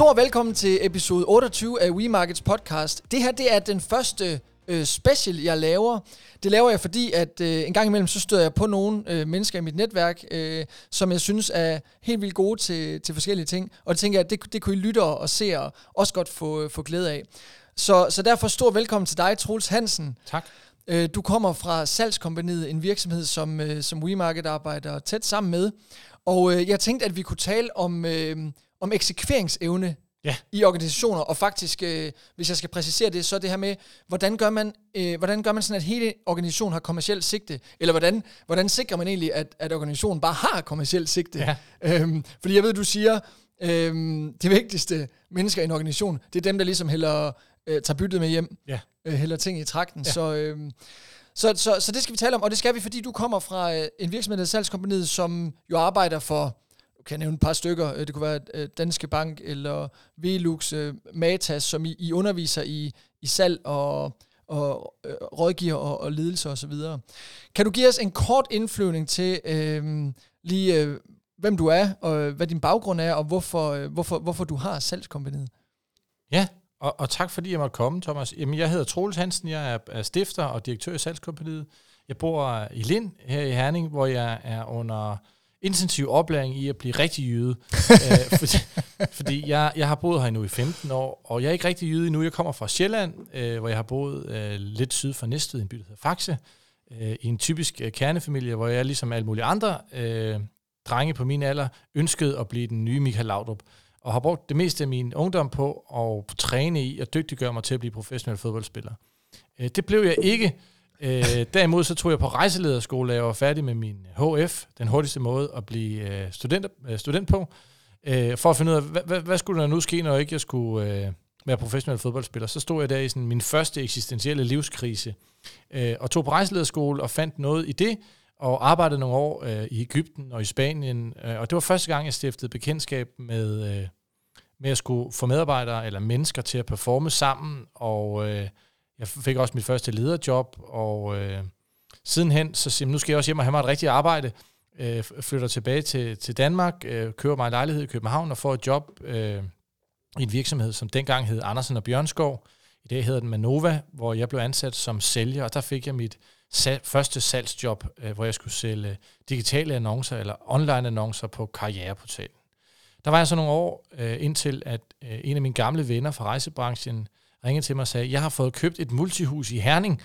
Stor velkommen til episode 28 af WeMarkets podcast. Det her, det er den første special, jeg laver. Det laver jeg, fordi at en gang imellem, så støder jeg på nogle mennesker i mit netværk, som jeg synes er helt vildt gode til forskellige ting. Og det tænker jeg, at det kunne I lyttere og seere også godt få glæde af. Så derfor stor velkommen til dig, Troels Hansen. Tak. Du kommer fra Salgskompagniet, en virksomhed, som WeMarket arbejder tæt sammen med. Og jeg tænkte, at vi kunne tale om eksekveringsevne i organisationer, og faktisk, hvis jeg skal præcisere det, så det her med, hvordan gør man sådan, at hele organisationen har kommercielt sigte, eller hvordan sikrer man egentlig, at organisationen bare har kommercielt sigte? Ja. Fordi jeg ved, du siger, det vigtigste mennesker i en organisation, det er dem, der ligesom tager byttet med hjem, hælder ting i tragten, Så det skal vi tale om, og det skal vi, fordi du kommer fra en virksomhed, der Salgskompagniet, som jo arbejder for, kan jeg nævne et par stykker, det kunne være Danske Bank eller Velux, Matas, som I underviser i salg og rådgiver og ledelse og så videre. Kan du give os en kort indflyvning til hvem du er, og hvad din baggrund er, og hvorfor du har Salgskompagniet? Ja, og tak fordi jeg måtte komme, Thomas. Jamen, jeg hedder Troels Hansen, jeg er stifter og direktør i Salgskompagniet. Jeg bor i Lind her i Herning, hvor jeg er under intensiv oplæring i at blive rigtig jyde. fordi jeg har boet her nu i 15 år, og jeg er ikke rigtig jyde endnu. Jeg kommer fra Sjælland, hvor jeg har boet lidt syd for Næstved, i en by, der hedder Faxe, i en typisk kernefamilie, hvor jeg ligesom alle mulige andre drenge på min alder ønskede at blive den nye Michael Laudrup, og har brugt det meste af min ungdom på at træne i og dygtiggøre mig til at blive professionel fodboldspiller. Det blev jeg ikke. Derimod så tog jeg på rejselederskole, da jeg var færdig med min HF, den hurtigste måde at blive student på, for at finde ud af, hvad skulle der nu ske, når ikke jeg skulle være professionel fodboldspiller. Så stod jeg der i sådan min første eksistentielle livskrise, og tog på rejselederskole og fandt noget i det, og arbejdede nogle år i Egypten og i Spanien, og det var første gang, jeg stiftede bekendtskab med at skulle få medarbejdere eller mennesker til at performe sammen, og jeg fik også mit første lederjob, og sidenhen, så siger jeg, nu skal jeg også hjem og have mig et rigtigt arbejde, flytter tilbage til Danmark, køber mig en lejlighed i København og får et job i en virksomhed, som dengang hed Andersen og Bjørnskov. I dag hedder den Manova, hvor jeg blev ansat som sælger, og der fik jeg mit første salgsjob, hvor jeg skulle sælge digitale annoncer eller online annoncer på karriereportalen. Der var jeg så nogle år, indtil at en af mine gamle venner fra rejsebranchen ringede til mig og sagde, jeg har fået købt et multihus i Herning.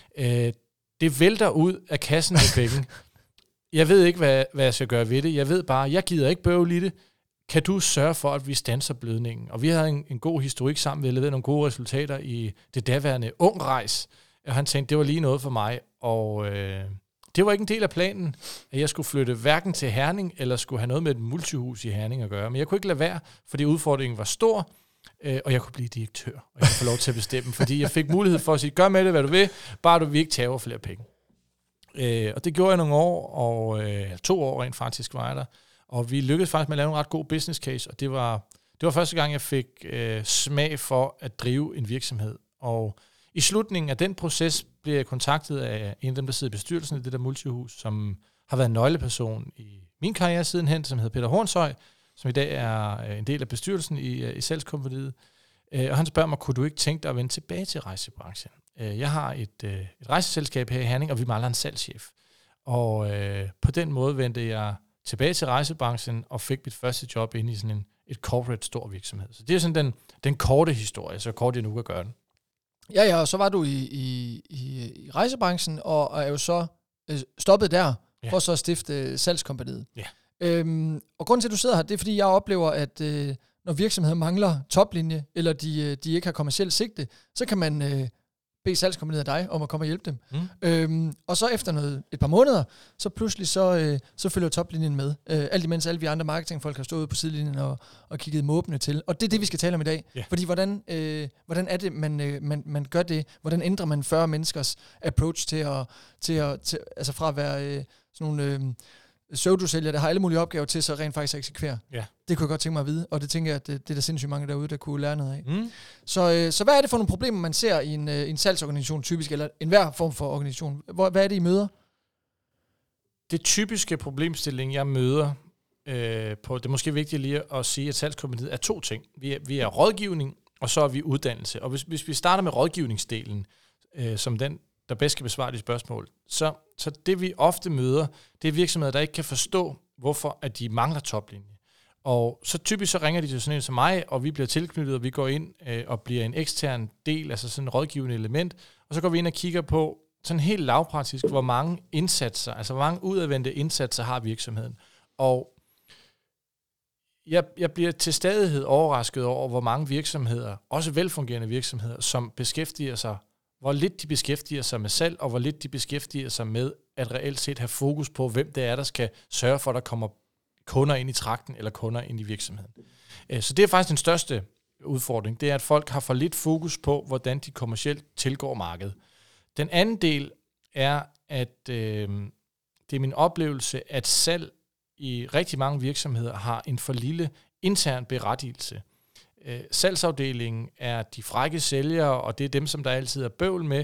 Det vælter ud af kassen med penge. Jeg ved ikke, hvad jeg skal gøre ved det. Jeg ved bare, jeg gider ikke bøvle i det. Kan du sørge for, at vi standser blødningen? Og vi havde en god historik sammen. Vi havde leveret nogle gode resultater i det daværende Ungrejs. Og han tænkte, det var lige noget for mig. Og det var ikke en del af planen, at jeg skulle flytte hverken til Herning, eller skulle have noget med et multihus i Herning at gøre. Men jeg kunne ikke lade være, fordi udfordringen var stor, og jeg kunne blive direktør, og jeg kunne få lov til at bestemme, fordi jeg fik mulighed for at sige, gør med det, hvad du vil, bare du vil ikke tage over flere penge. Og det gjorde jeg nogle år, og 2 år rent faktisk var jeg der. Og vi lykkedes faktisk med at lave en ret god business case, og det var første gang, jeg fik smag for at drive en virksomhed. Og i slutningen af den proces blev jeg kontaktet af en af dem, der sidder i bestyrelsen i det der multihus, som har været en nøgleperson i min karriere sidenhen, som hedder Peter Hornshøj, som i dag er en del af bestyrelsen i Salgskompagniet. Og han spørger mig, kunne du ikke tænke dig at vende tilbage til rejsebranchen? Jeg har et rejseselskab her i Herning, og vi mangler en salgschef. Og på den måde vendte jeg tilbage til rejsebranchen og fik mit første job inde i sådan et corporate stor virksomhed. Så det er sådan den korte historie, så kort jeg nu kan gøre den. Ja, og så var du i rejsebranchen, og er jo så stoppet der, for så at stifte Salgskompagniet. Ja. Og grunden til, at du sidder her, det er, fordi jeg oplever, at når virksomheder mangler toplinje, eller de ikke har kommercielt sigte, så kan man bede Salgskompagniet af dig om at komme og hjælpe dem. Og så efter et par måneder, så pludselig så følger toplinjen med. Alt imens alle vi andre marketingfolk har stået ude på sidelinjen og kigget måbende til. Og det er det, vi skal tale om i dag. Yeah. Fordi hvordan er det, man gør det? Hvordan ændrer man 40 menneskers approach til altså fra at være sådan nogle pseudosælger, der har alle mulige opgaver til, så rent faktisk at eksekvere. Ja. Det kunne jeg godt tænke mig at vide, og det tænker jeg, at det er der sindssygt mange derude, der kunne lære noget af. Så hvad er det for nogle problemer, man ser i en salgsorganisation typisk, eller enhver form for organisation? Hvad er det, I møder? Det typiske problemstilling, jeg møder, på, det er måske vigtigt lige at sige, at salgskompagniet er 2 ting. Vi er rådgivning, og så er vi uddannelse. Og hvis vi starter med rådgivningsdelen, som den, der bedst kan besvare de spørgsmål, så det vi ofte møder, det er virksomheder, der ikke kan forstå, hvorfor at de mangler toplinje. Og så typisk så ringer de til sådan en som mig, og vi bliver tilknyttet, og vi går ind og bliver en ekstern del, altså sådan en rådgivende element, og så går vi ind og kigger på, sådan helt lavpraktisk, hvor mange indsatser, altså hvor mange udadvendte indsatser har virksomheden. Og jeg bliver til stadighed overrasket over, hvor mange virksomheder, også velfungerende virksomheder, som beskæftiger sig, hvor lidt de beskæftiger sig med salg, og hvor lidt de beskæftiger sig med at reelt set have fokus på, hvem det er, der skal sørge for, at der kommer kunder ind i trakten, eller kunder ind i virksomheden. Så det er faktisk den største udfordring, det er, at folk har for lidt fokus på, hvordan de kommercielt tilgår markedet. Den anden del er, at det er min oplevelse, at salg i rigtig mange virksomheder har en for lille intern berettigelse. Salgsafdelingen er de frække sælgere, og det er dem, som der altid er bøvl med,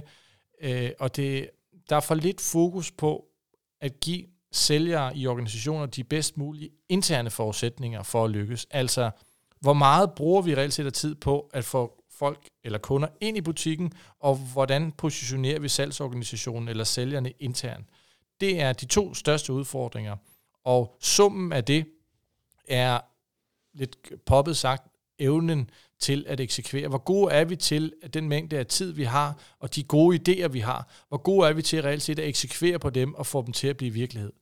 og der er for lidt fokus på at give sælgere i organisationer de bedst mulige interne forudsætninger for at lykkes. Altså, hvor meget bruger vi reelt set af tid på at få folk eller kunder ind i butikken, og hvordan positionerer vi salgsorganisationen eller sælgerne internt. Det er de 2 største udfordringer, og summen af det er, lidt poppet sagt, evnen til at eksekvere. Hvor gode er vi til, at den mængde af tid, vi har, og de gode idéer, vi har, hvor gode er vi til reelt set at eksekvere på dem og få dem til at blive virkelighed.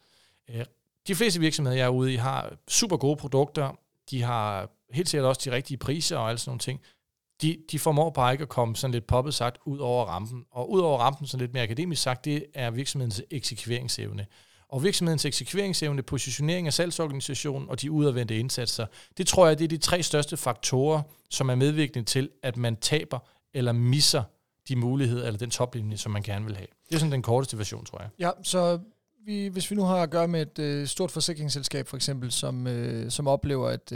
De fleste virksomheder, jeg er ude i, har super gode produkter, de har helt sikkert også de rigtige priser og alle sådan nogle ting. De formår bare ikke at komme sådan lidt poppet sagt ud over rampen. Og ud over rampen, sådan lidt mere akademisk sagt, det er virksomhedens eksekveringsevne. Og virksomhedens eksekveringsevne, positionering af salgsorganisationen og de udadvendte indsatser, det tror jeg, det er de 3 største faktorer, som er medvirkende til, at man taber eller misser de muligheder eller den toplinje, som man gerne vil have. Det er sådan den korteste version, tror jeg. Ja, så hvis vi nu har at gøre med et stort forsikringsselskab for eksempel, som oplever, at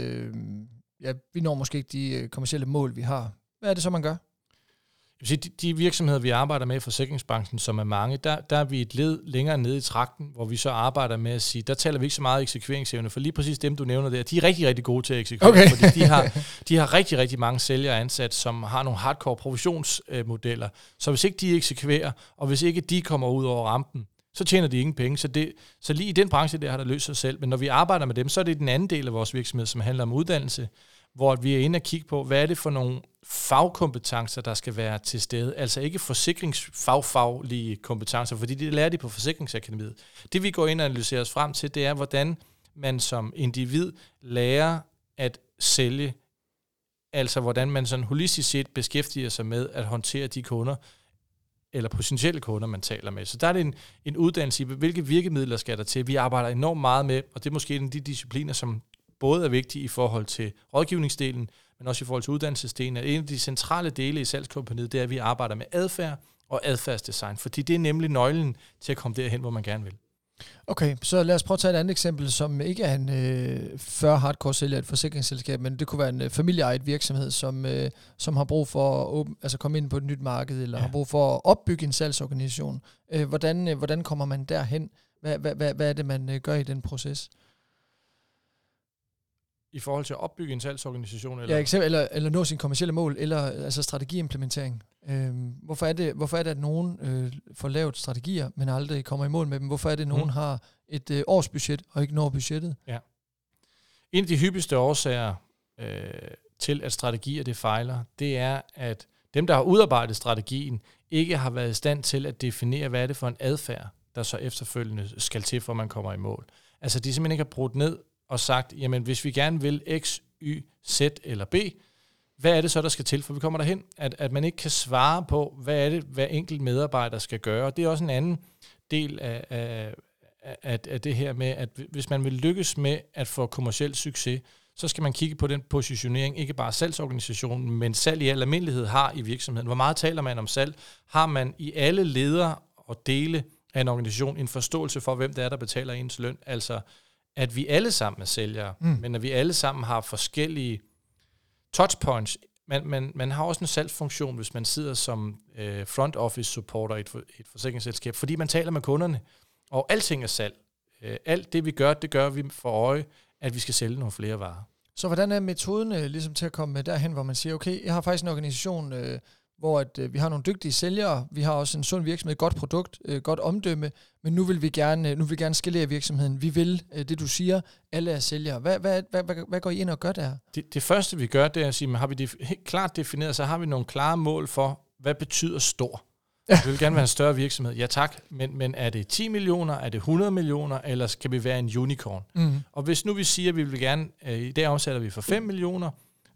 vi når måske ikke de kommercielle mål, vi har. Hvad er det så, man gør? Jeg vil sige, de virksomheder, vi arbejder med i forsikringsbranchen, som er mange, der er vi et led længere nede i trakten, hvor vi så arbejder med at sige, der taler vi ikke så meget eksekveringsevne, for lige præcis dem, du nævner der, de er rigtig, rigtig gode til at eksekvere, okay. Fordi de har rigtig, rigtig mange sælgere ansat, som har nogle hardcore provisionsmodeller. Så hvis ikke de eksekverer, og hvis ikke de kommer ud over rampen, så tjener de ingen penge. Så lige i den branche der har der løst sig selv. Men når vi arbejder med dem, så er det den anden del af vores virksomhed, som handler om uddannelse, hvor vi er inde og kigge på, hvad er det for nogle fagkompetencer, der skal være til stede. Altså ikke forsikringsfaglige kompetencer, fordi det lærer de på Forsikringsakademiet. Det vi går ind og analyserer os frem til, det er, hvordan man som individ lærer at sælge, altså hvordan man sådan holistisk set beskæftiger sig med at håndtere de kunder, eller potentielle kunder, man taler med. Så der er det en uddannelse i, hvilke virkemidler skal der til. Vi arbejder enormt meget med, og det er måske en af de discipliner, som både er vigtige i forhold til rådgivningsdelen, men også i forhold til uddannelsesdelen. En af de centrale dele i salgskompagniet, det er, at vi arbejder med adfærd og adfærdsdesign, fordi det er nemlig nøglen til at komme derhen, hvor man gerne vil. Okay, så lad os prøve at tage et andet eksempel, som ikke er en 40 hardcore sælger et forsikringsselskab, men det kunne være en familieejet virksomhed, som har brug for at komme ind på et nyt marked, eller har brug for at opbygge en salgsorganisation. Hvordan kommer man derhen? Hvad er det, man gør i den proces? I forhold til at opbygge en salgsorganisation? Eller? Ja, eller nå sine kommercielle mål, eller altså strategiimplementering. Hvorfor er det, at nogen får lavet strategier, men aldrig kommer i mål med dem? Hvorfor er det, at nogen har et årsbudget, og ikke når budgettet? Ja. En af de hyppigste årsager til, at strategier det fejler, det er, at dem, der har udarbejdet strategien, ikke har været i stand til at definere, hvad er det for en adfærd, der så efterfølgende skal til, for man kommer i mål. Altså, de simpelthen ikke har brudt ned og sagt, jamen hvis vi gerne vil X, Y, Z eller B, hvad er det så, der skal til, for vi kommer derhen? At man ikke kan svare på, hvad er det, hver enkelt medarbejder skal gøre. Og det er også en anden del af det her med, at hvis man vil lykkes med at få kommerciel succes, så skal man kigge på den positionering, ikke bare salgsorganisationen, men salg i al almindelighed har i virksomheden. Hvor meget taler man om salg? Har man i alle ledere og dele af en organisation en forståelse for, hvem det er, der betaler ens løn? Altså, at vi alle sammen er sælgere, men at vi alle sammen har forskellige touchpoints. Man har også en salgsfunktion, hvis man sidder som front office supporter i et forsikringsselskab, fordi man taler med kunderne, og alting er salg. Alt det vi gør, det gør vi for øje at vi skal sælge nogle flere varer. Så hvordan er metoden ligesom til at komme derhen, hvor man siger, okay, jeg har faktisk en organisation, hvor vi har nogle dygtige sælgere, vi har også en sund virksomhed, godt produkt, godt omdømme, men nu vil vi gerne skalere virksomheden. Vi vil, det du siger, alle er sælgere. Hvad går I ind og gør der? Det første vi gør, det er at sige, har vi det helt klart defineret, så har vi nogle klare mål for, hvad betyder stor? Vi vil gerne være en større virksomhed. Ja tak, men er det 10 millioner, er det 100 millioner, eller skal vi være en unicorn? Mm. Og hvis nu vi siger, at vi vil gerne, i dag omsætter vi for 5 millioner,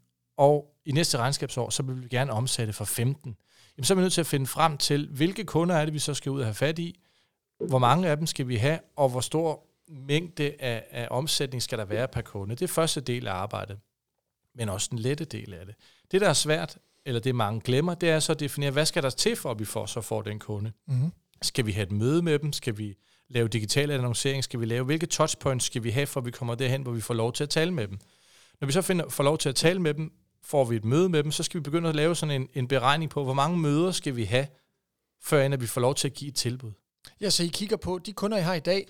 og i næste regnskabsår, så vil vi gerne omsætte for 15. Jamen, så er vi nødt til at finde frem til, hvilke kunder er det, vi så skal ud og have fat i, hvor mange af dem skal vi have, og hvor stor mængde af omsætning skal der være per kunde. Det er første del af arbejdet, men også den lette del af det. Det, der er svært, eller det mange glemmer, det er så at definere, hvad skal der til for, at vi får den kunde? Mm-hmm. Skal vi have et møde med dem? Skal vi lave digital annoncering? Skal vi lave, hvilke touchpoints skal vi have, for at vi kommer derhen, hvor vi får lov til at tale med dem? Når vi så får lov til at tale med dem, får vi et møde med dem, så skal vi begynde at lave sådan en beregning på, hvor mange møder skal vi have, før vi får lov til at give et tilbud. Ja, så I kigger på de kunder, I har i dag.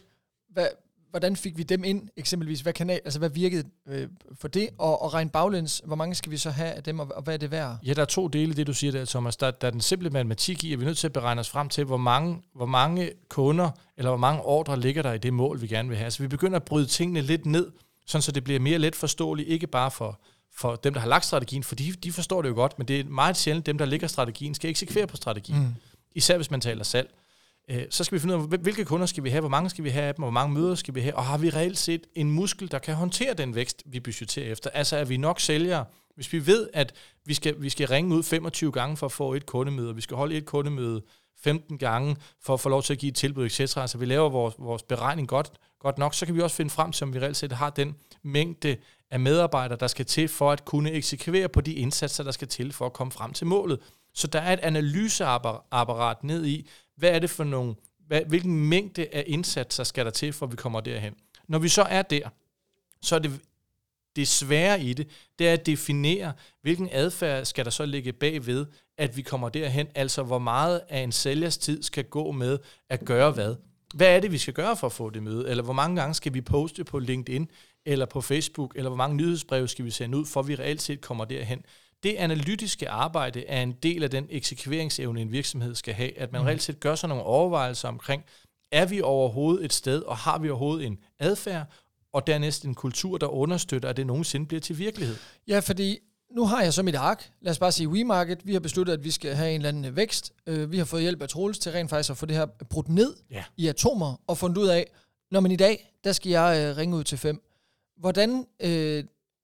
Hvordan fik vi dem ind, eksempelvis? Hvad virkede for det? Og regne baglæns, hvor mange skal vi så have af dem, og hvad er det værd? Ja, der er 2 dele, det du siger der, Thomas. Der er den simple matematik i, at vi er nødt til at beregne os frem til, hvor mange kunder, eller hvor mange ordre ligger der i det mål, vi gerne vil have. Så vi begynder at bryde tingene lidt ned, sådan så det bliver mere let forståeligt, ikke bare for dem, der har lagt strategien, for de forstår det jo godt, men det er meget sjældent, dem, der ligger strategien, skal eksekvere på strategien. Mm. Især hvis man taler salg. Så skal vi finde ud af, hvilke kunder skal vi have, hvor mange skal vi have af dem, hvor mange møder skal vi have, og har vi reelt set en muskel, der kan håndtere den vækst, vi budgetterer efter? Altså er vi nok sælgere? Hvis vi ved, at vi skal ringe ud 25 gange for at få et kundemøde, og vi skal holde et kundemøde 15 gange for at få lov til at give et tilbud, etc., så vi laver vores beregning godt nok, så kan vi også finde frem til, om vi reelt set har den mængde af medarbejdere, der skal til for at kunne eksekvere på de indsatser, der skal til for at komme frem til målet. Så der er et analyseapparat ned i, hvad er det for nogle, hvilken mængde af indsatser skal der til, for at vi kommer derhen. Når vi så er der, så er det svære i det er at definere, hvilken adfærd skal der så ligge bagved, at vi kommer derhen, altså hvor meget af en sælgers tid skal gå med at gøre hvad. Hvad er det, vi skal gøre for at få det møde? Eller hvor mange gange skal vi poste på LinkedIn, eller på Facebook, eller hvor mange nyhedsbreve skal vi sende ud, for at vi reelt set kommer derhen. Det analytiske arbejde er en del af den eksekveringsevne, en virksomhed skal have, at man reelt set gør sig nogle overvejelser omkring, er vi overhovedet et sted, og har vi overhovedet en adfærd, og dernæst en kultur, der understøtter, at det nogensinde bliver til virkelighed. Ja, fordi nu har jeg så mit ark. Lad os bare sige WeMarket. Vi har besluttet, at vi skal have en eller anden vækst. Vi har fået hjælp af Troels til rent faktisk at få det her brudt ned i atomer, og fundet ud af, når man i dag, der skal jeg ringe ud til 5. Hvordan, det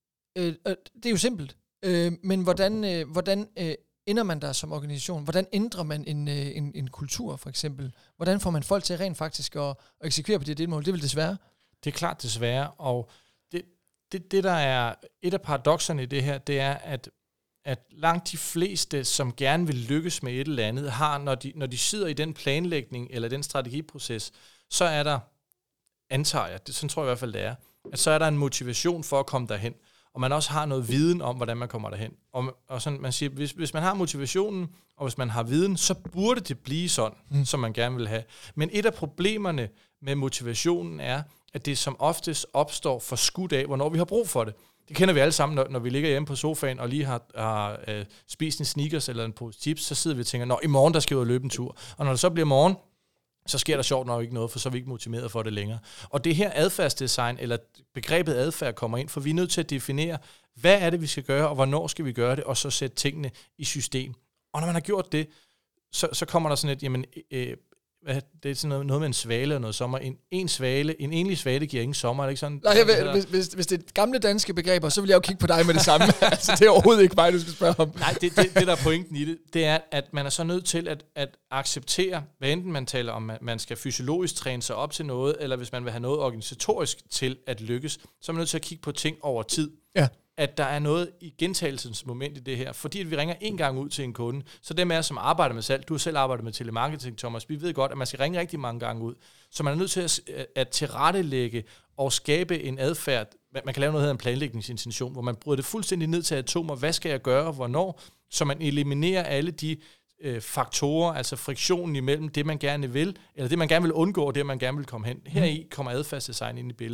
er jo simpelt, men hvordan ender man der som organisation? Hvordan ændrer man en kultur, for eksempel? Hvordan får man folk til rent faktisk at eksekvere på det delmål? Det er vel desværre? Det er klart desværre, og det der er et af paradokserne i det her, det er, at langt de fleste, som gerne vil lykkes med et eller andet, har, når de sidder i den planlægning eller den strategiproces, så er der, antager jeg, sådan tror jeg i hvert fald det er, at så er der en motivation for at komme derhen, og man også har noget viden om, hvordan man kommer derhen. Og sådan, man siger, hvis man har motivationen, og hvis man har viden, så burde det blive sådan, som man gerne vil have. Men et af problemerne med motivationen er, at det som oftest opstår for skudt af, hvornår vi har brug for det. Det kender vi alle sammen, når vi ligger hjemme på sofaen og lige har spist en Snickers eller en pose chips, så sidder vi og tænker, i morgen der skal jeg ud og løbe en tur. Og når det så bliver morgen, så sker der sjovt nok ikke noget, for så er vi ikke motiveret for det længere. Og det her adfærdsdesign, eller begrebet adfærd kommer ind, for vi er nødt til at definere, hvad er det, vi skal gøre, og hvornår skal vi gøre det, og så sætte tingene i system. Og når man har gjort det, så kommer der sådan et, jamen, det er sådan noget med en svale og noget sommer. En enlig svale giver ingen sommer, er det ikke sådan? Nej, hvis det er gamle danske begreber, så vil jeg jo kigge på dig med det samme. Altså, det er overhovedet ikke mig, du skal spørge om. Nej, det der er pointen i det, det er, at man er så nødt til at acceptere, hvad enten man taler om, at man skal fysiologisk træne sig op til noget, eller hvis man vil have noget organisatorisk til at lykkes, så er man nødt til at kigge på ting over tid. Ja. At der er noget i gentagelsens moment i det her. Fordi at vi ringer en gang ud til en kunde, så dem af jer, som arbejder med salg, du har selv arbejdet med telemarketing, Thomas, vi ved godt, at man skal ringe rigtig mange gange ud. Så man er nødt til at tilrettelægge og skabe en adfærd. Man kan lave noget, der hedder en planlægningsintention, hvor man bryder det fuldstændig ned til atomer. Hvad skal jeg gøre, hvornår? Så man eliminerer alle de faktorer, altså friktionen imellem det, man gerne vil, eller det, man gerne vil undgå, og det, man gerne vil komme hen. Heri kommer adfærdsdesign ind i billedet.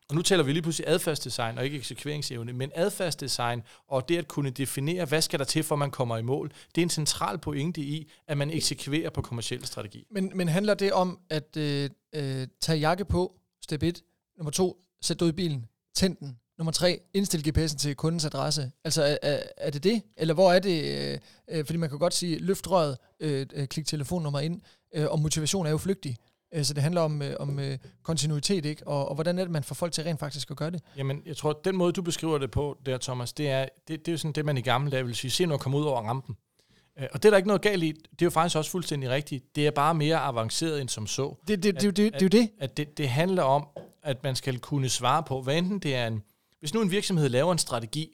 Og nu taler vi lige pludselig adfærdsdesign og ikke eksekveringsevne, men adfærdsdesign og det at kunne definere, hvad skal der til, for man kommer i mål, det er en central pointe i, at man eksekverer på kommerciel strategi. Men handler det om at tage jakke på, step 1, nummer 2, sæt ud i bilen, tænd den, nummer 3, indstil GPS'en til kundens adresse? Altså er det det? Eller hvor er det? Fordi man kan godt sige, løft røret, klik telefonnummer ind, og motivation er jo flygtig. Så det handler om kontinuitet, ikke? Og hvordan er det, man får folk til rent faktisk at gøre det? Jamen, jeg tror, at den måde, du beskriver det på, der, Thomas, det er jo sådan det, man i gamle dage vil sige, se nu at komme ud over rampen. Og det er der ikke noget galt i. Det er jo faktisk også fuldstændig rigtigt. Det er bare mere avanceret end som så. Det er jo det. At det handler om, at man skal kunne svare på, hvad enten det er hvis nu en virksomhed laver en strategi,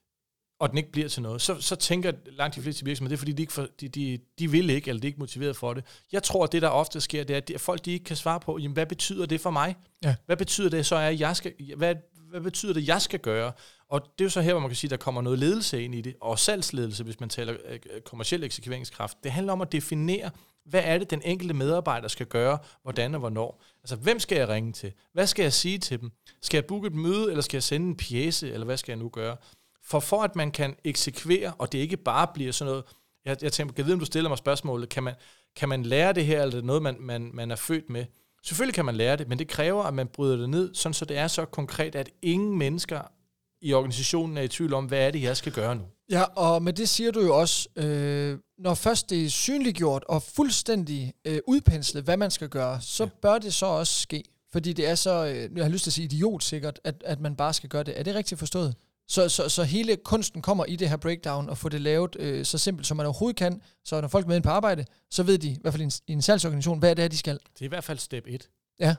og den ikke bliver til noget, så tænker langt de fleste virksomheder, det er fordi, de vil ikke, eller de er ikke motiveret for det. Jeg tror, at det, der ofte sker, det er, at folk de ikke kan svare på, jamen, hvad betyder det for mig? Ja. Hvad betyder det så, hvad betyder det, jeg skal gøre? Og det er jo så her, hvor man kan sige, at der kommer noget ledelse ind i det, og salgsledelse, hvis man taler kommerciel eksekveringskraft. Det handler om at definere, hvad er det, den enkelte medarbejder skal gøre, hvordan og hvornår. Altså, hvem skal jeg ringe til? Hvad skal jeg sige til dem? Skal jeg booke et møde, eller skal jeg sende en pjece, eller hvad skal jeg nu gøre? For at man kan eksekvere, og det ikke bare bliver sådan noget, jeg tænker, kan jeg vide, om du stiller mig spørgsmålet, kan man lære det her, eller er det noget, man er født med? Selvfølgelig kan man lære det, men det kræver, at man bryder det ned, sådan så det er så konkret, at ingen mennesker i organisationen er i tvivl om, hvad er det, jeg skal gøre nu. Ja, og med det siger du jo også, når først det er synliggjort og fuldstændig udpenslet, hvad man skal gøre, så bør det så også ske. Fordi det er så, jeg har lyst til at sige idiotsikkert, at man bare skal gøre det. Er det rigtigt forstået? Så hele kunsten kommer i det her breakdown og få det lavet så simpelt, som man overhovedet kan. Så når folk er med ind på arbejde, så ved de, i hvert fald i en salgsorganisation, hvad er det her, de skal. Det er i hvert fald step 1. Ja.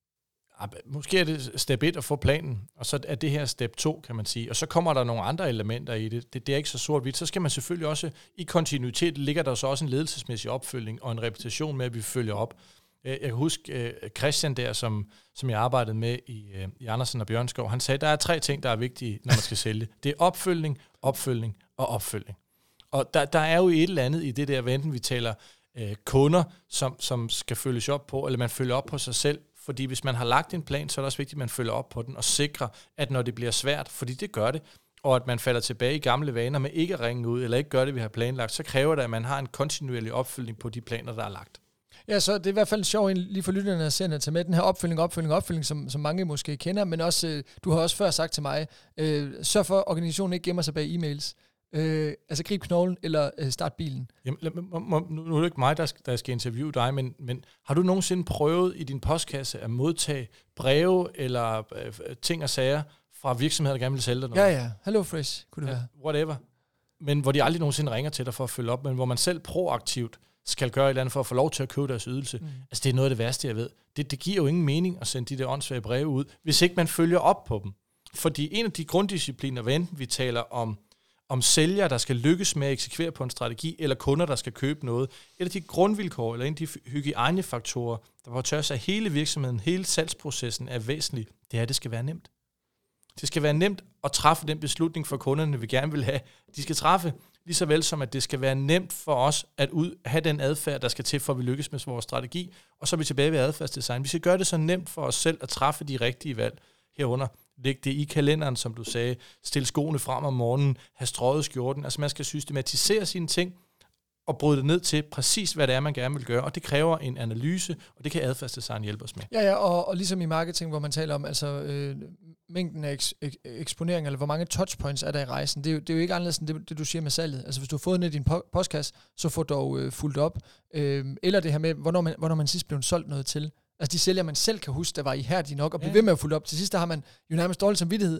Måske er det step 1 at få planen, og så er det her step 2, kan man sige. Og så kommer der nogle andre elementer i det. Det er ikke så sort-hvidt. Så skal man selvfølgelig også, i kontinuitet ligger der så også en ledelsesmæssig opfølgning og en repetition med, at vi følger op. Jeg kan huske Christian der, som jeg arbejdede med i Andersen og Bjørnskov. Han sagde, at der er 3 ting, der er vigtige, når man skal sælge. Det er opfølgning, opfølgning og opfølgning. Og der er jo et eller andet i det der, hvad enten vi taler kunder, som skal følges op på, eller man følger op på sig selv. Fordi hvis man har lagt en plan, så er det også vigtigt, at man følger op på den og sikrer, at når det bliver svært, fordi det gør det, og at man falder tilbage i gamle vaner med ikke at ringe ud, eller ikke gøre det, vi har planlagt, så kræver det, at man har en kontinuerlig opfølgning på de planer, der er lagt. Ja, så det er i hvert fald sjovt lige for lytterne at tage med den her opfølgning, som mange måske kender, men også, du har også før sagt til mig, sørg for, at organisationen ikke gemmer sig bag e-mails. Altså grib knoglen eller start bilen. Jamen, nu er det ikke mig, der skal interviewe dig, men har du nogensinde prøvet i din postkasse at modtage breve eller ting og sager fra virksomheder, der gerne vil sælge dig noget? Ja. Hello Fresh, kunne det være. Whatever. Men hvor de aldrig nogensinde ringer til dig for at følge op, men hvor man selv proaktivt skal gøre et eller andet for at få lov til at købe deres ydelse. Altså, det er noget af det værste, jeg ved. Det giver jo ingen mening at sende de der åndssvage breve ud, hvis ikke man følger op på dem. Fordi en af de grunddiscipliner, hvad enten vi taler om sælgere, der skal lykkes med at eksekvere på en strategi, eller kunder, der skal købe noget, eller de grundvilkår, eller en af de hygiejnefaktorer, der på tværs af hele virksomheden, hele salgsprocessen er væsentligt, det er, at det skal være nemt. Det skal være nemt at træffe den beslutning for kunderne, vi gerne vil have. De skal træffe lige så vel som, at det skal være nemt for os at have den adfærd, der skal til, for at vi lykkes med vores strategi, og så er vi tilbage ved adfærdsdesign. Vi skal gøre det så nemt for os selv at træffe de rigtige valg herunder. Læg det i kalenderen, som du sagde. Stil skoene frem om morgenen. Have strøget skjorten. Altså man skal systematisere sine ting og bryde det ned til præcis, hvad det er, man gerne vil gøre. Og det kræver en analyse, og det kan adfærdsdesign hjælpe os med. Ja, og ligesom i marketing, hvor man taler om mængden af eksponering, eller hvor mange touchpoints er der i rejsen. Det er jo ikke anderledes end det, du siger med salget. Altså hvis du har fået ned i din postkasse, så få dog fuldt op. Eller det her med, hvornår man sidst blev solgt noget til. Altså de sælger, man selv kan huske, der var ihærdige nok, og blive ved med at fulde op. Til sidst, der har man jo nærmest dårlig samvittighed,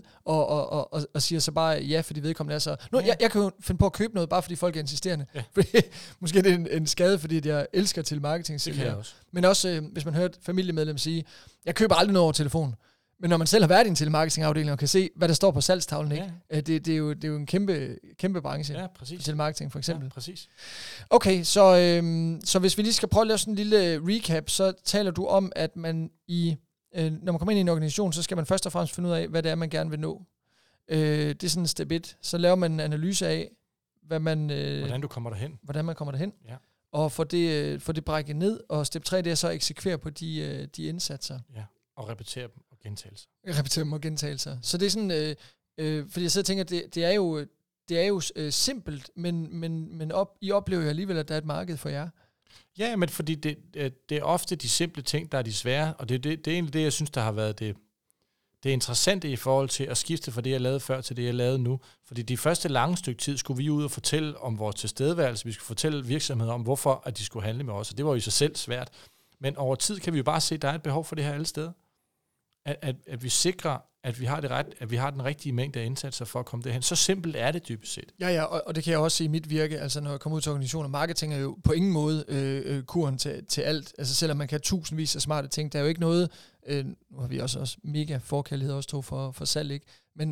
og siger så bare ja, fordi vedkommende er så... Jeg kan jo finde på at købe noget, bare fordi folk er insisterende. Ja. Måske er det en skade, fordi jeg elsker til marketing. Det kan jeg også. Men også, hvis man hører et familiemedlem sige, jeg køber aldrig noget over telefon. Men når man selv har været i en telemarketingafdeling og kan se, hvad der står på salgstavlen, ikke? Det er jo en kæmpe branche. Ja, præcis. Telemarketing for eksempel. Ja, præcis. Okay, så hvis vi lige skal prøve at lave sådan en lille recap, så taler du om, at man når man kommer ind i en organisation, så skal man først og fremmest finde ud af, hvad det er, man gerne vil nå. Det er sådan step 1. Så laver man en analyse af, hvordan du kommer derhen. Hvordan man kommer derhen. Ja. Og få det brækket ned. Og step 3, det er så at eksekvere på de indsatser. Ja, og repetere dem. gentagelser. Repetere dem og gentagelser. Så det er sådan, fordi jeg sidder og tænker, det er jo simpelt, men I oplever jo alligevel, at der er et marked for jer. Ja, men fordi det er ofte de simple ting, der er de svære, og det er egentlig det, jeg synes, der har været det interessante i forhold til at skifte fra det, jeg lavede før, til det, jeg lavede nu. Fordi de første lange stykke tid skulle vi ud og fortælle om vores tilstedeværelse, vi skulle fortælle virksomheder om, hvorfor at de skulle handle med os, og det var jo i sig selv svært. Men over tid kan vi jo bare se, at der er et behov for det her alle steder. At vi sikrer, at vi har den rigtige mængde af indsatser for at komme derhen. Så simpelt er det dybest set. Ja, og det kan jeg også se i mit virke, altså når jeg kommer ud til organisationer. Marketing er jo på ingen måde kuren til alt. Altså selvom man kan have tusindvis af smarte ting, der er jo ikke noget, nu har vi også mega forkærlighed også for salg, ikke?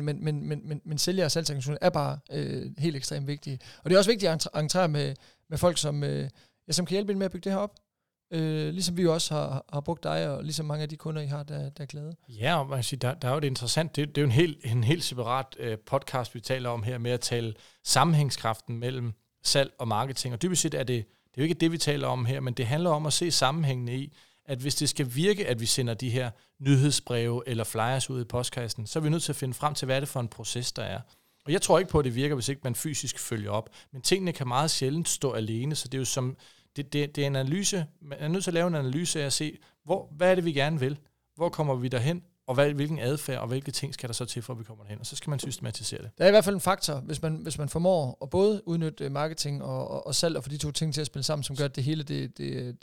Men sælger og salgsorganisationer er bare helt ekstremt vigtige. Og det er også vigtigt at entrere med folk, som kan hjælpe med at bygge det her op. Ligesom vi jo også har brugt dig, og ligesom mange af de kunder, I har, der er glade. Ja, og man kan sige, der er jo det interessant. Det er jo en helt separat podcast, vi taler om her, med at tale sammenhængskraften mellem salg og marketing. Og dybest set er det er jo ikke det, vi taler om her, men det handler om at se sammenhængene i, at hvis det skal virke, at vi sender de her nyhedsbreve eller flyers ud i postkassen, så er vi nødt til at finde frem til, hvad er det for en proces, der er. Og jeg tror ikke på, at det virker, hvis ikke man fysisk følger op. Men tingene kan meget sjældent stå alene, så det er jo som... Det er en analyse. Man er nødt til at lave en analyse af at se, hvad er det, vi gerne vil? Hvor kommer vi derhen? Og hvilken adfærd og hvilke ting skal der så til, for at vi kommer derhen? Og så skal man systematisere det. Der er i hvert fald en faktor, hvis man formår at både udnytte marketing og salg, og få de to ting til at spille sammen, som gør, at det hele det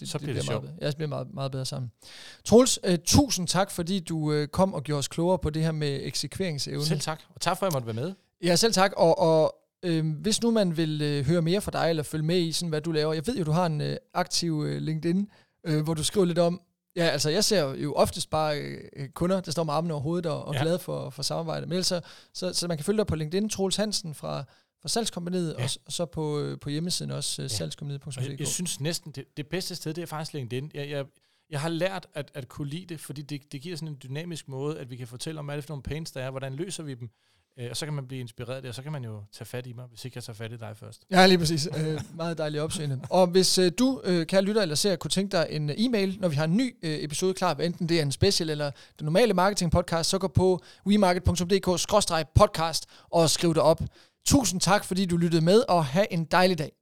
bliver meget, meget bedre sammen. Troels, tusind tak, fordi du kom og gjorde os klogere på det her med eksekveringsevne. Selv tak. Og tak for, at jeg måtte være med. Ja, selv tak. Og hvis nu man vil høre mere fra dig, eller følge med i, sådan, hvad du laver. Jeg ved jo, du har en aktiv LinkedIn, hvor du skriver lidt om. Ja, altså jeg ser jo oftest bare kunder, der står med armene over hovedet og glade for samarbejde. Men ellers så man kan følge dig på LinkedIn, Troels Hansen fra Salgskompagniet, og så på hjemmesiden også salgskompagniet.dk. Jeg synes næsten, det bedste sted, det er faktisk LinkedIn. Jeg har lært at kunne lide det, fordi det giver sådan en dynamisk måde, at vi kan fortælle om, hvad det er for nogle pains, der er, hvordan løser vi dem. Og så kan man blive inspireret af det, og så kan man jo tage fat i mig, hvis ikke jeg tager fat i dig først. Ja, lige præcis. Meget dejligt opsøgende. Og hvis du, kære lytter eller ser, kunne tænke dig en e-mail, når vi har en ny episode klar, enten det er en special eller den normale marketing podcast, så gå på wemarket.dk/podcast og skriv dig op. Tusind tak, fordi du lyttede med, og have en dejlig dag.